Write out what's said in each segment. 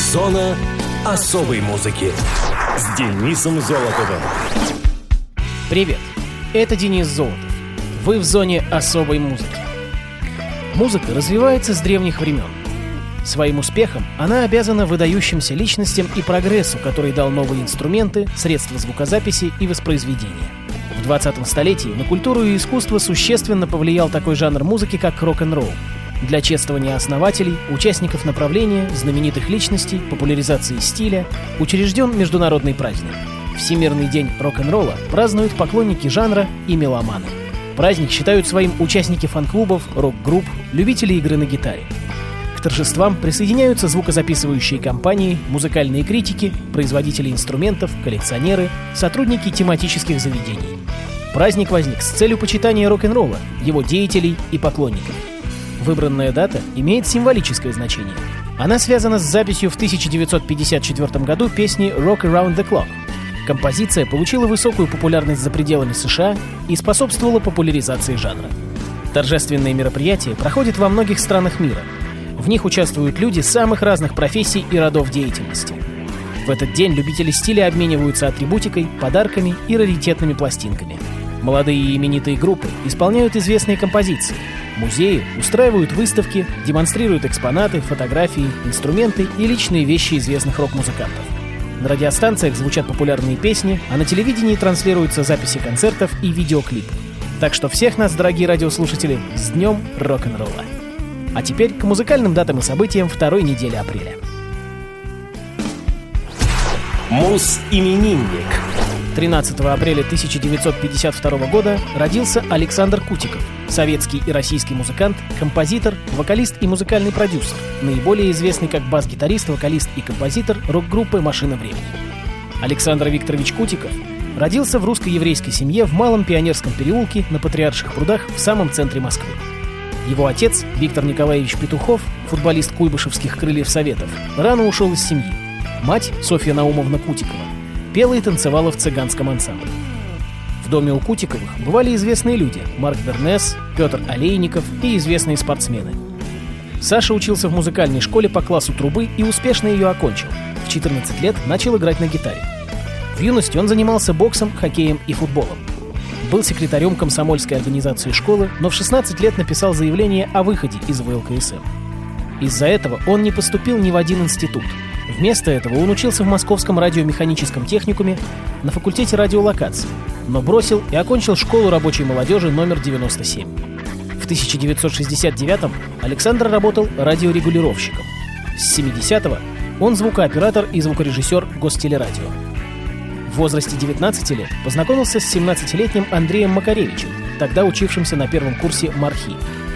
Зона особой музыки с Денисом Золотовым. Привет, это Денис Золотов. Вы в зоне особой музыки. Музыка развивается с древних времен. Своим успехом она обязана выдающимся личностям и прогрессу, который дал новые инструменты, средства звукозаписи и воспроизведения. В 20 столетии на культуру и искусство существенно повлиял такой жанр музыки, как рок-н-ролл. Для чествования основателей, участников направления, знаменитых личностей, популяризации стиля учрежден международный праздник. Всемирный день рок-н-ролла празднуют поклонники жанра и меломаны. Праздник считают своим участники фан-клубов, рок-групп, любители игры на гитаре. К торжествам присоединяются звукозаписывающие компании, музыкальные критики, производители инструментов, коллекционеры, сотрудники тематических заведений. Праздник возник с целью почитания рок-н-ролла, его деятелей и поклонников. Выбранная дата имеет символическое значение. Она связана с записью в 1954 году песни «Rock Around the Clock». Композиция получила высокую популярность за пределами США и способствовала популяризации жанра. Торжественные мероприятия проходят во многих странах мира. В них участвуют люди самых разных профессий и родов деятельности. В этот день любители стиля обмениваются атрибутикой, подарками и раритетными пластинками. Молодые и именитые группы исполняют известные композиции. Музеи устраивают выставки, демонстрируют экспонаты, фотографии, инструменты и личные вещи известных рок-музыкантов. На радиостанциях звучат популярные песни, а на телевидении транслируются записи концертов и видеоклипы. Так что всех нас, дорогие радиослушатели, с Днем рок-н-ролла! А теперь к музыкальным датам и событиям второй недели апреля. Муз-именинник. 13 апреля 1952 года родился Александр Кутиков, советский и российский музыкант, композитор, вокалист и музыкальный продюсер, наиболее известный как бас-гитарист, вокалист и композитор рок-группы «Машина времени». Александр Викторович Кутиков родился в русско-еврейской семье в Малом Пионерском переулке на Патриарших прудах в самом центре Москвы. Его отец, Виктор Николаевич Петухов, футболист Куйбышевских «Крыльев Советов», рано ушел из семьи. Мать, Софья Наумовна Кутикова, пела и танцевала в цыганском ансамбле. В доме у Кутиковых бывали известные люди – Марк Бернес, Петр Олейников и известные спортсмены. Саша учился в музыкальной школе по классу трубы и успешно ее окончил. В 14 лет начал играть на гитаре. В юности он занимался боксом, хоккеем и футболом. Был секретарем комсомольской организации школы, но в 16 лет написал заявление о выходе из ВЛКСМ. Из-за этого он не поступил ни в один институт. Вместо этого он учился в Московском радиомеханическом техникуме на факультете радиолокации, но бросил и окончил школу рабочей молодежи номер 97. В 1969-м Александр работал радиорегулировщиком. С 70-го он звукооператор и звукорежиссер Гостелерадио. В возрасте 19 лет познакомился с 17-летним Андреем Макаревичем, тогда учившимся на первом курсе МарХи.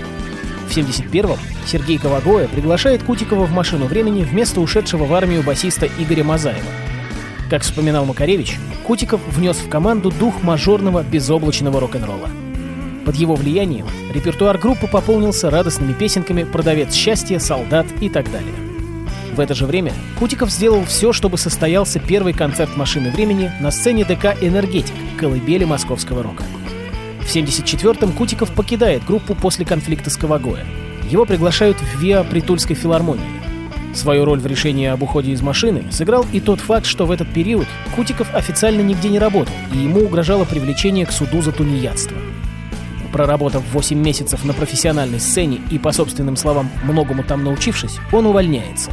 В 71-м Сергей Ковагоя приглашает Кутикова в «Машину времени» вместо ушедшего в армию басиста Игоря Мазаева. Как вспоминал Макаревич, Кутиков внес в команду дух мажорного безоблачного рок-н-ролла. Под его влиянием репертуар группы пополнился радостными песенками «Продавец счастья», «Солдат» и так далее. В это же время Кутиков сделал все, чтобы состоялся первый концерт «Машины времени» на сцене ДК «Энергетик», колыбели московского рока. В 1974-м Кутиков покидает группу после конфликта с Ковагоя. Его приглашают в ВИА при Тульской филармонии. Свою роль в решении об уходе из «Машины» сыграл и тот факт, что в этот период Кутиков официально нигде не работал, и ему угрожало привлечение к суду за тунеядство. Проработав 8 месяцев на профессиональной сцене и, по собственным словам, многому там научившись, он увольняется.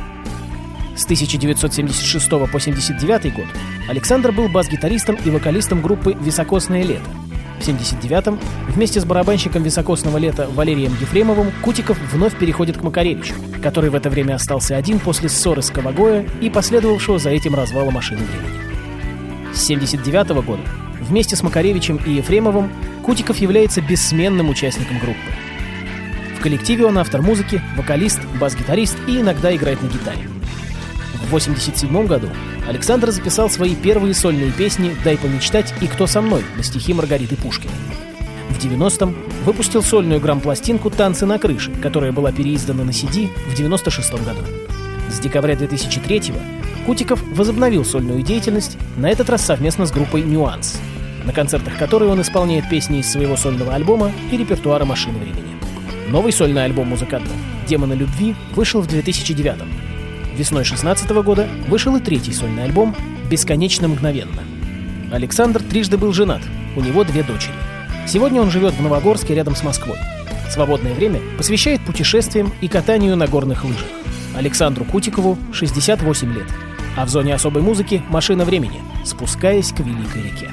С 1976 по 1979 год Александр был бас-гитаристом и вокалистом группы «Високосное лето». В 1979-м вместе с барабанщиком «Високосного лета» Валерием Ефремовым Кутиков вновь переходит к Макаревичу, который в это время остался один после ссоры с Ковагоя и последовавшего за этим развала «Машины времени». С 1979 года вместе с Макаревичем и Ефремовым Кутиков является бессменным участником группы. В коллективе он автор музыки, вокалист, бас-гитарист и иногда играет на гитаре. В 1987 году Александр записал свои первые сольные песни «Дай помечтать» и «Кто со мной» на стихи Маргариты Пушкиной. В 90-м выпустил сольную грамм-пластинку «Танцы на крыше», которая была переиздана на CD в 96 году. С декабря 2003-го Кутиков возобновил сольную деятельность, на этот раз совместно с группой «Нюанс», на концертах которой он исполняет песни из своего сольного альбома и репертуара «Машины времени». Новый сольный альбом музыканта «Демоны любви» вышел в 2009-м. Весной 2016 года вышел и третий сольный альбом «Бесконечно мгновенно». Александр трижды был женат, у него 2 дочери. Сегодня он живет в Новогорске рядом с Москвой. Свободное время посвящает путешествиям и катанию на горных лыжах. Александру Кутикову 68 лет, а в зоне особой музыки «Машина времени», спускаясь к великой реке.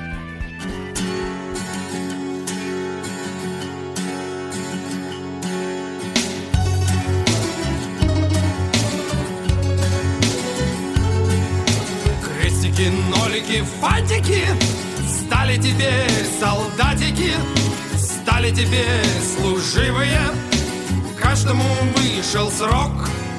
Крестики, нолики, фантики, стали теперь солдатики, стали теперь служивые, каждому вышел срок.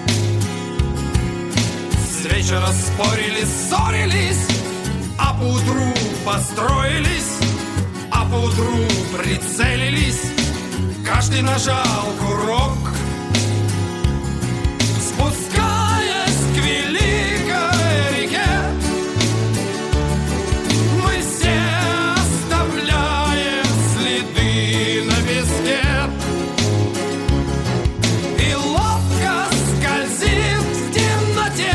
С вечера спорили, ссорились, а поутру построились, а поутру прицелились, каждый нажал курок. Спускаясь к великой реке, мы все оставляем следы на песке. И ловко скользит в темноте,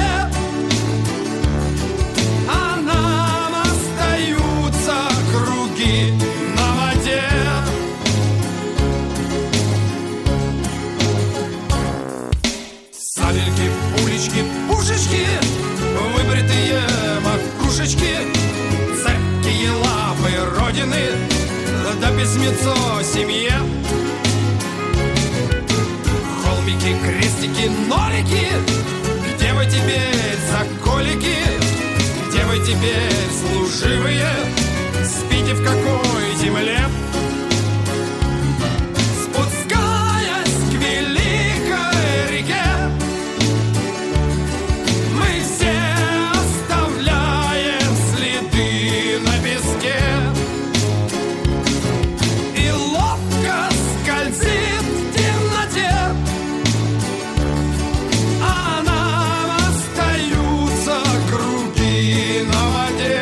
а нам остаются круги на воде. Сабельки, пулечки, пушечки, выбритые макушечки, цепкие лапы Родины, да письмецо семье. Холмики, крестики, нолики, где вы теперь, соколики, где вы теперь, служивые, спите в какой земле? Спускаясь к великой реке, мы все оставляем следы на песке. И ловко скользит в темноте, а нам остаются круги на воде.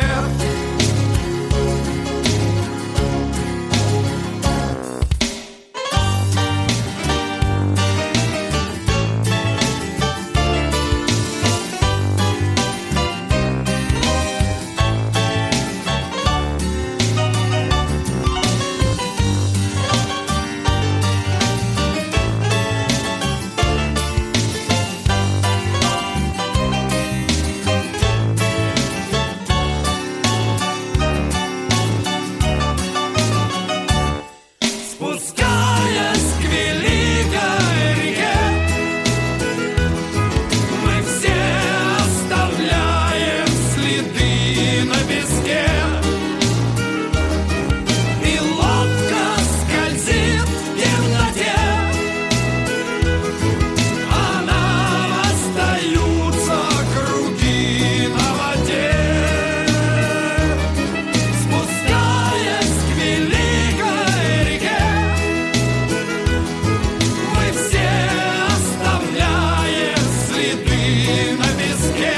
Спускаясь к великой реке, мы все оставляем следы на песке. И лодка скользит в темноте, а нам остаются круги на воде. Спускаясь к великой реке, мы все оставляем следы на песке.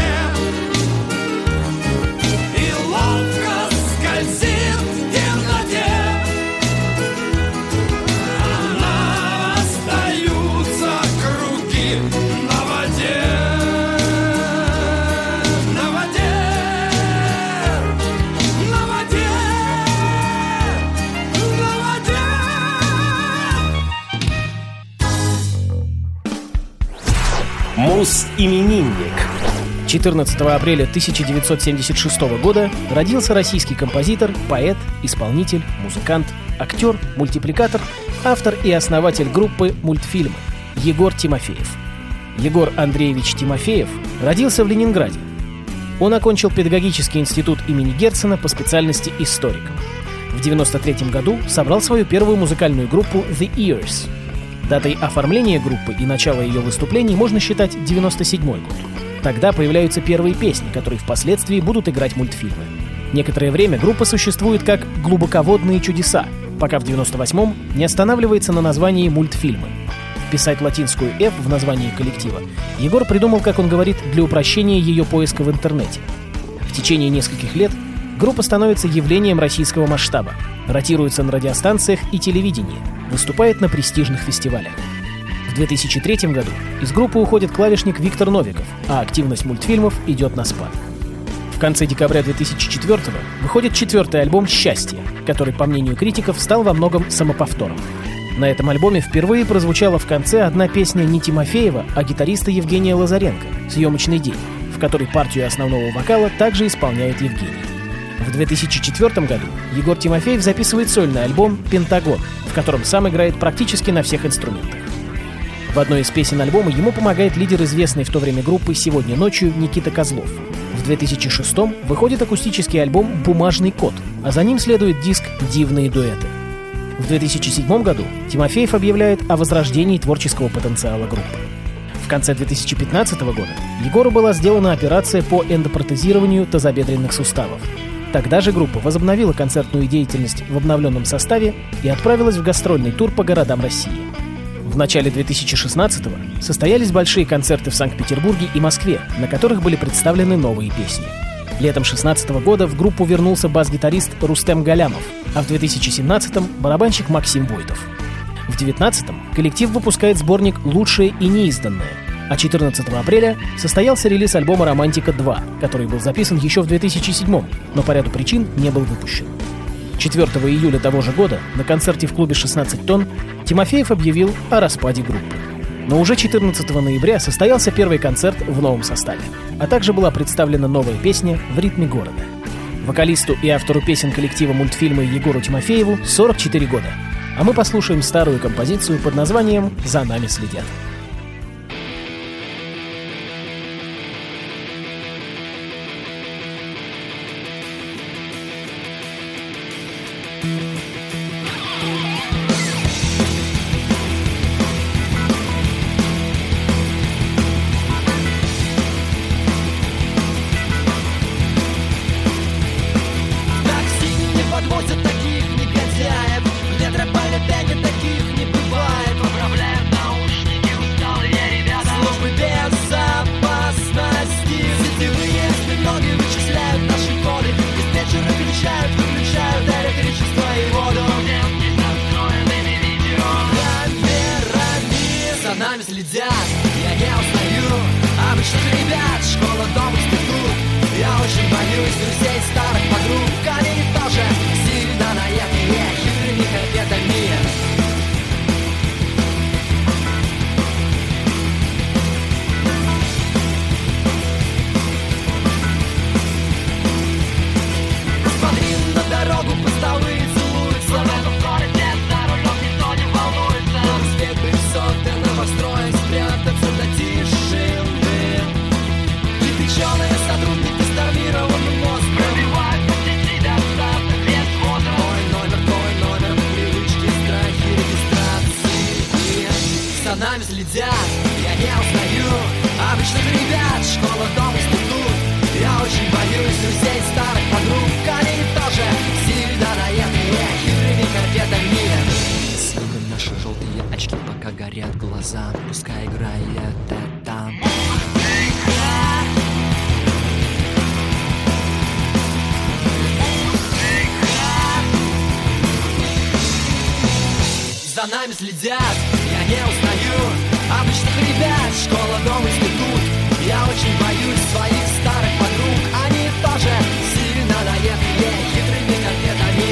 И лодка скользит в темноте, а нам остаются круги на воде. На воде, на воде, на воде. Мус-именинник. 14 апреля 1976 года родился российский композитор, поэт, исполнитель, музыкант, актер, мультипликатор, автор и основатель группы «Мультфильмы» Егор Тимофеев. Егор Андреевич Тимофеев родился в Ленинграде. Он окончил педагогический институт имени Герцена по специальности историка. В 1993 году собрал свою первую музыкальную группу «The Ears». Датой оформления группы и начала ее выступлений можно считать 1997 год. Тогда появляются первые песни, которые впоследствии будут играть мультфильмы. Некоторое время группа существует как «Глубоководные чудеса», пока в 1998-м не останавливается на названии «Мультфильмы». Вписать латинскую «F» в названии коллектива Егор придумал, как он говорит, для упрощения ее поиска в интернете. В течение нескольких лет группа становится явлением российского масштаба, ротируется на радиостанциях и телевидении, выступает на престижных фестивалях. В В 2003 году из группы уходит клавишник Виктор Новиков, а активность мультфильмов идет на спад. В конце декабря 2004-го выходит 4-й альбом «Счастье», который, по мнению критиков, стал во многом самоповтором. На этом альбоме впервые прозвучала в конце одна песня не Тимофеева, а гитариста Евгения Лазаренко «Съемочный день», в которой партию основного вокала также исполняет Евгений. В 2004 году Егор Тимофеев записывает сольный альбом «Пентагон», в котором сам играет практически на всех инструментах. В одной из песен альбома ему помогает лидер известной в то время группы «Сегодня ночью» Никита Козлов. В 2006-м выходит акустический альбом «Бумажный кот», а за ним следует диск «Дивные дуэты». В 2007 году Тимофеев объявляет о возрождении творческого потенциала группы. В конце 2015 года Егору была сделана операция по эндопротезированию тазобедренных суставов. Тогда же группа возобновила концертную деятельность в обновленном составе и отправилась в гастрольный тур по городам России. В начале 2016-го состоялись большие концерты в Санкт-Петербурге и Москве, на которых были представлены новые песни. Летом 2016 года в группу вернулся бас-гитарист Рустем Галямов, а в 2017-м — барабанщик Максим Войтов. В 2019-м коллектив выпускает сборник «Лучшее и неизданное», а 14 апреля состоялся релиз альбома «Романтика 2», который был записан еще в 2007-м, но по ряду причин не был выпущен. 4 июля того же года на концерте в клубе «16 тонн» Тимофеев объявил о распаде группы. Но уже 14 ноября состоялся первый концерт в новом составе, а также была представлена новая песня «В ритме города». Вокалисту и автору песен коллектива мультфильма Егору Тимофееву 44 года, а мы послушаем старую композицию под названием «За нами следят». Подвозят таких негодяев, где тропали пять таких не бывает. Поправляют наушники, усталые ребята. Службы безопасности сетевые осьминоги вычисляют наши коды. Диспетчеры кричают, выключают электричество и воду. Девки с настроенными видеокамерами за нами следят, я не узнаю обычных ребят. Школа, дом, институт. Я очень боюсь друзей, старых подруг. Они тоже сильно наедные, хитрыми конфетами. Смотри на дорогу, постовые целуются. В этом городе за рулем никто не волнуется. Но успех бы высоты новостроек спрятаться до тишины. Кипяченые сотрудники с травмированным мозгом пробивают по сети достаток без вода. Мой номер, привычки, страхи, регистрации. За нами следят, я не узнаю обычных ребят. Школа, дом, институт. Я очень боюсь друзей, старых подруг. Они тоже сильно наедные, хитрыми конфетами. Сука, наши желтые очки пока горят глаза. Пускай играет это. За нами следят, я не узнаю обычных ребят. Школа, дом, институт. Я очень боюсь своих старых подруг. Они тоже сильно наедные, хитрыми конфетами.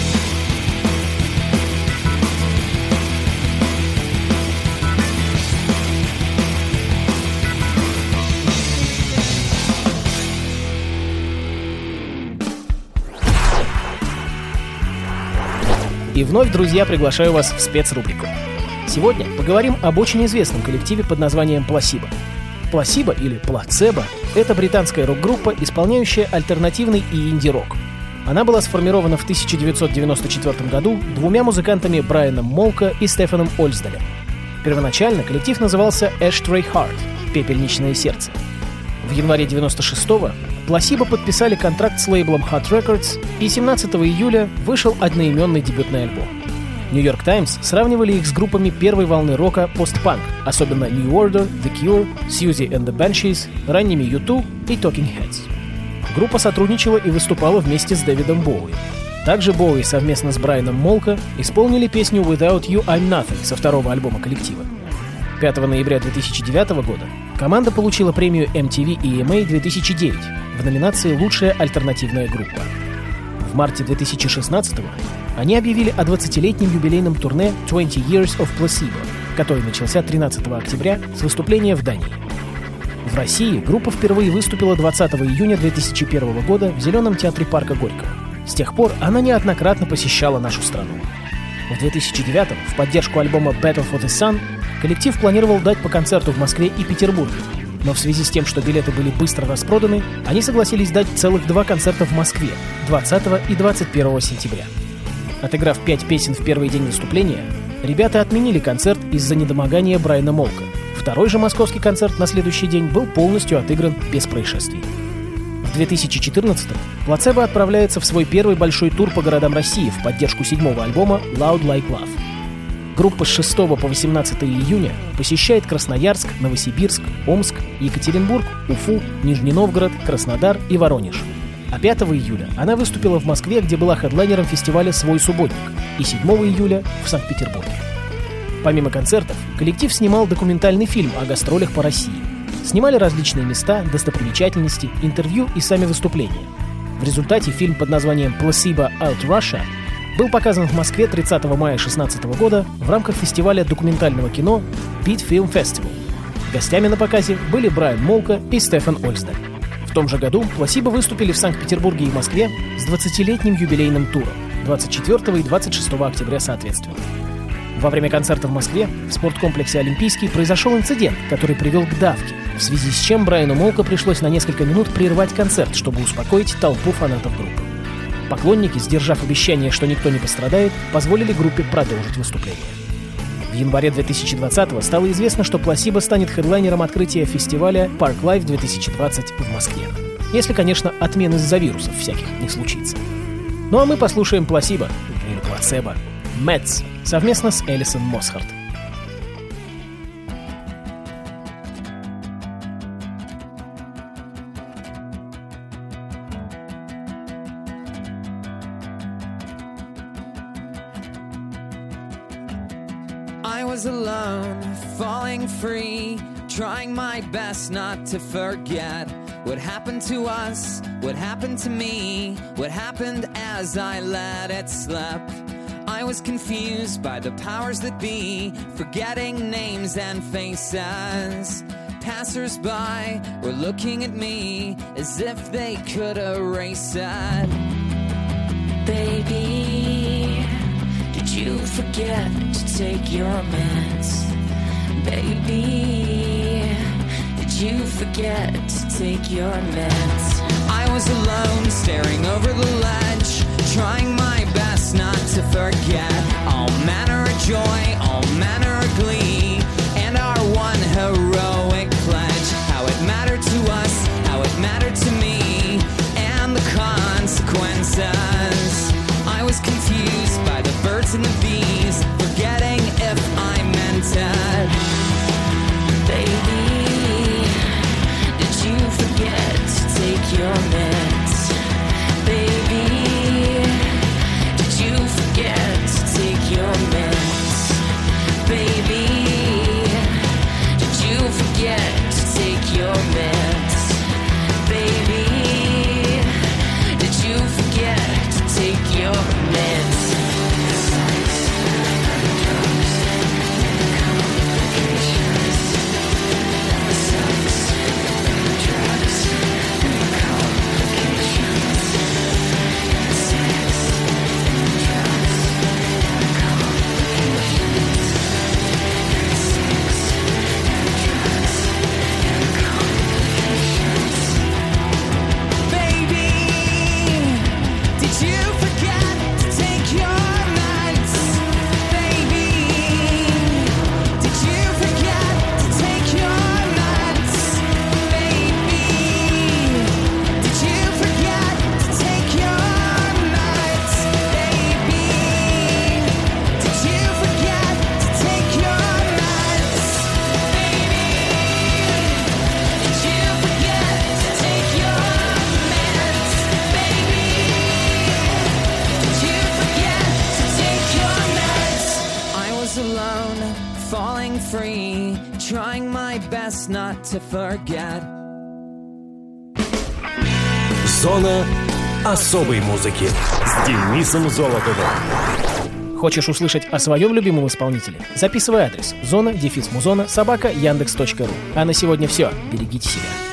И вновь, друзья, приглашаю вас в спецрубрику. Сегодня поговорим об очень известном коллективе под названием «Пласибо». «Пласибо» или «Плацебо» — это британская рок-группа, исполняющая альтернативный и инди-рок. Она была сформирована в 1994 году двумя музыкантами Брайаном Молко и Стефаном Ольсдалем. Первоначально коллектив назывался «Ashtray Heart» — «Пепельничное сердце». В январе 1996-го Пласибо подписали контракт с лейблом Hot Records, и 17 июля вышел одноименный дебютный альбом. Нью-Йорк Таймс сравнивали их с группами первой волны рока постпанк, особенно New Order, The Cure, Siouxsie and the Banshees, ранними U2 и Talking Heads. Группа сотрудничала и выступала вместе с Дэвидом Боуи. Также Боуи совместно с Брайаном Молко исполнили песню «Without You I'm Nothing» со второго альбома коллектива. 5 ноября 2009 года команда получила премию MTV EMA 2009 в номинации «Лучшая альтернативная группа». В марте 2016 они объявили о 20-летнем юбилейном турне 20 Years of Placebo, который начался 13 октября с выступления в Дании. В России группа впервые выступила 20 июня 2001 года в Зеленом театре парка Горького. С тех пор она неоднократно посещала нашу страну. В 2009 в поддержку альбома Battle for the Sun коллектив планировал дать по концерту в Москве и Петербурге, но в связи с тем, что билеты были быстро распроданы, они согласились дать целых 2 концерта в Москве 20 и 21 сентября. Отыграв 5 песен в первый день выступления, ребята отменили концерт из-за недомогания Брайана Молка. Второй же московский концерт на следующий день был полностью отыгран без происшествий. В 2014-м Плацебо отправляется в свой первый большой тур по городам России в поддержку 7-го альбома Loud Like Love. Группа с 6 по 18 июня посещает Красноярск, Новосибирск, Омск, Екатеринбург, Уфу, Нижний Новгород, Краснодар и Воронеж. А 5 июля она выступила в Москве, где была хедлайнером фестиваля «Свой субботник», и 7 июля в Санкт-Петербурге. Помимо концертов, коллектив снимал документальный фильм о гастролях по России. Снимали различные места, достопримечательности, интервью и сами выступления. В результате фильм под названием «Placebo Out Russia» был показан в Москве 30 мая 2016 года в рамках фестиваля документального кино Beat Film Festival. Гостями на показе были Брайан Молка и Стефан Ольсдаль. В том же году Placebo выступили в Санкт-Петербурге и Москве с 20-летним юбилейным туром 24 и 26 октября соответственно. Во время концерта в Москве в спорткомплексе «Олимпийский» произошел инцидент, который привел к давке, в связи с чем Брайану Молко пришлось на несколько минут прервать концерт, чтобы успокоить толпу фанатов группы. Поклонники, сдержав обещание, что никто не пострадает, позволили группе продолжить выступление. В январе 2020-го стало известно, что Placebo станет хедлайнером открытия фестиваля Park Life 2020 в Москве. Если, конечно, отмен из-за вирусов всяких не случится. Ну а мы послушаем Placebo, или Placebo, Meds, совместно с Элисон Мосхарт. I was alone, falling free, trying my best not to forget what happened to us, what happened to me, what happened as I let it slip. I was confused by the powers that be, forgetting names and faces. Passers-by were looking at me as if they could erase it. Baby, did you forget to take your meds? Baby, did you forget to take your meds? I was alone, staring over the ledge, trying my best not to forget all manner of joy, all manner of glee, and our one heroic pledge. How it mattered to us, how it mattered to me, and the consequences. I was confused by the birds and the bees, forgetting if I meant it. Baby, did you forget to take your meds? Baby, did you forget to take your meds? Baby, did you forget to forget. Зона особой музыки с Денисом Золотовым. Хочешь услышать о своем любимом исполнителе? Записывай адрес: zona-muzona@yandex.ru. А на сегодня все. Берегите себя.